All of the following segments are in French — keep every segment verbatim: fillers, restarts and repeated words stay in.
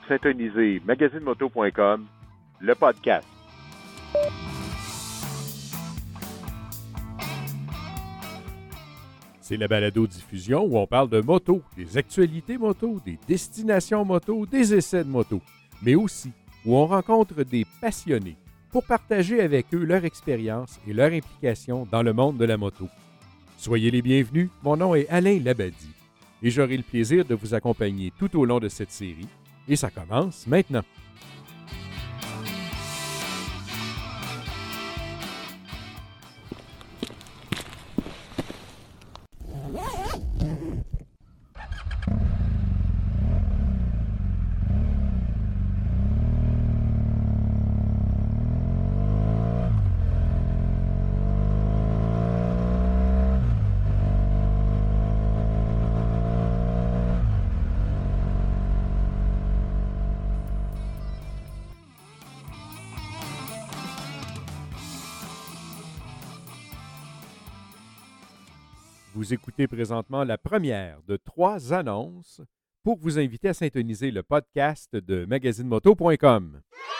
syntoniser magazine moto point com, le podcast. C'est la balado-diffusion où on parle de moto, des actualités moto, des destinations moto, des essais de moto, mais aussi où on rencontre des passionnés pour partager avec eux leur expérience et leur implication dans le monde de la moto. Soyez les bienvenus, mon nom est Alain Labadie et j'aurai le plaisir de vous accompagner tout au long de cette série et ça commence maintenant. Vous écoutez présentement la première de trois annonces pour vous inviter à syntoniser le podcast de magazine moto point com.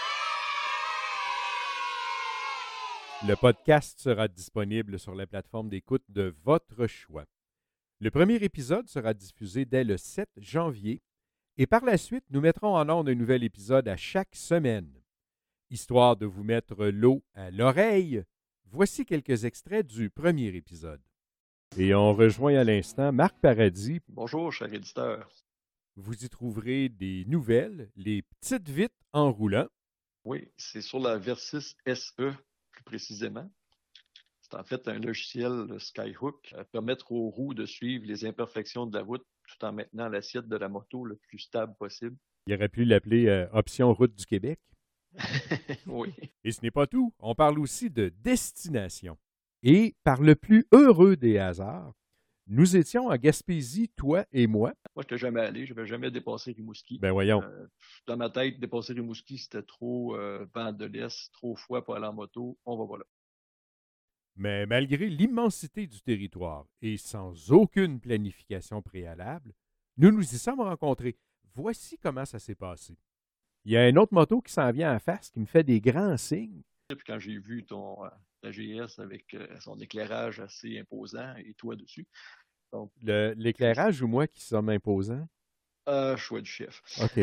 Le podcast sera disponible sur la plateforme d'écoute de votre choix. Le premier épisode sera diffusé dès le sept janvier et par la suite, nous mettrons en ondes un nouvel épisode à chaque semaine. Histoire de vous mettre l'eau à l'oreille, voici quelques extraits du premier épisode. Et on rejoint à l'instant Marc Paradis. Bonjour, cher éditeur. Vous y trouverez des nouvelles, les petites vites en roulant. Oui, c'est sur la Versys S E, plus précisément. C'est en fait un logiciel le Skyhook à permettre aux roues de suivre les imperfections de la route tout en maintenant l'assiette de la moto le plus stable possible. Il aurait pu l'appeler euh, Option Route du Québec. Oui. Et ce n'est pas tout. On parle aussi de destination. Et par le plus heureux des hasards, nous étions à Gaspésie, toi et moi. Moi, je n'étais jamais allé, je n'avais jamais dépassé Rimouski. Ben voyons. Euh, dans ma tête, dépasser Rimouski, c'était trop euh, vent de l'Est, trop froid pour aller en moto. On va voilà. Mais malgré l'immensité du territoire et sans aucune planification préalable, nous nous y sommes rencontrés. Voici comment ça s'est passé. Il y a une autre moto qui s'en vient en face qui me fait des grands signes. Puis quand j'ai vu ton, euh, ta G S avec euh, son éclairage assez imposant et toi dessus. Donc, Le, l'éclairage ou moi qui sommes imposants? Euh, choix du chef.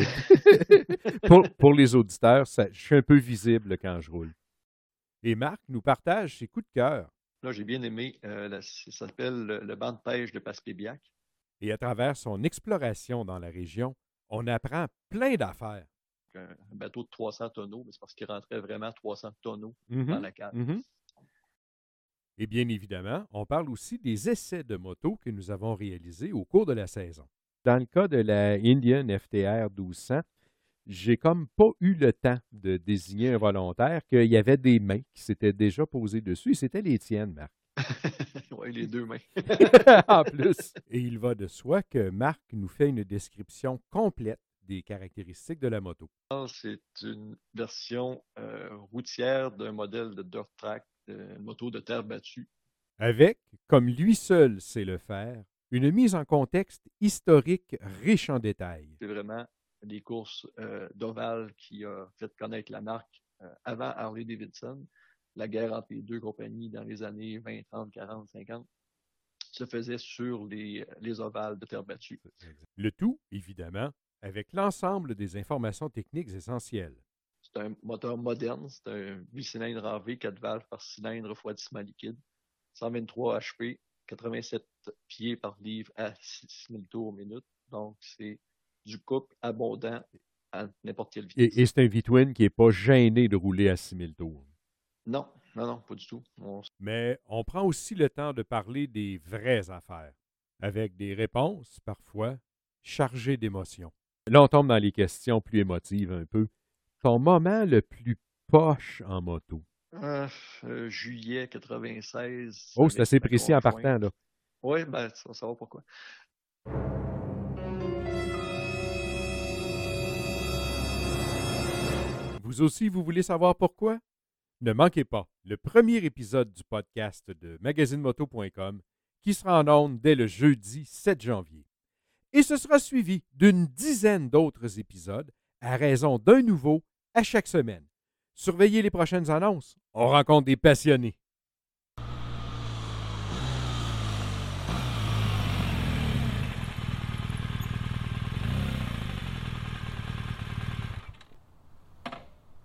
OK. pour, pour les auditeurs, ça, je suis un peu visible quand je roule. Et Marc nous partage ses coups de cœur. Là, j'ai bien aimé, euh, la, ça s'appelle le, le banc de pêche de Passepébiac. Et à travers son exploration dans la région, on apprend plein d'affaires. Un, un bateau de trois cents tonneaux, mais c'est parce qu'il rentrait vraiment trois cents tonneaux Mm-hmm. dans la cale. Mm-hmm. Et bien évidemment, on parle aussi des essais de moto que nous avons réalisés au cours de la saison. Dans le cas de la Indian F T R douze cents, j'ai comme pas eu le temps de désigner un volontaire qu'il y avait des mains qui s'étaient déjà posées dessus et c'était les tiennes, Marc. Oui, les deux mains. En plus. Et il va de soi que Marc nous fait une description complète des caractéristiques de la moto. C'est une version euh, routière d'un modèle de dirt track, de moto de terre battue. Avec, comme lui seul sait le faire, une mise en contexte historique riche en détails. C'est vraiment des courses euh, d'ovale qui a fait connaître la marque euh, avant Harley-Davidson. La guerre entre les deux compagnies dans les années vingt, trente, quarante, cinquante se faisait sur les, les ovales de terre battue. Le tout, évidemment, avec l'ensemble des informations techniques essentielles. C'est un moteur moderne, c'est un huit cylindres A V, quatre valves par cylindre, refroidissement liquide, cent vingt-trois H P, quatre-vingt-sept pieds par livre à six mille tours minute. Donc, c'est du couple abondant à n'importe quelle vitesse. Et, et c'est un V-twin qui n'est pas gêné de rouler à six mille tours. Non, non, non, pas du tout. On... Mais on prend aussi le temps de parler des vraies affaires, avec des réponses, parfois, chargées d'émotions. Là, on tombe dans les questions plus émotives un peu. Ton moment le plus poche en moto? Euh, euh, juillet quatre-vingt-seize. Oh, c'est assez précis en partant, là. Oui, ben, ça va savoir pourquoi. Vous aussi, vous voulez savoir pourquoi? Ne manquez pas le premier épisode du podcast de magazine moto point com qui sera en ondes dès le jeudi sept janvier. Et ce sera suivi d'une dizaine d'autres épisodes à raison d'un nouveau à chaque semaine. Surveillez les prochaines annonces. On rencontre des passionnés.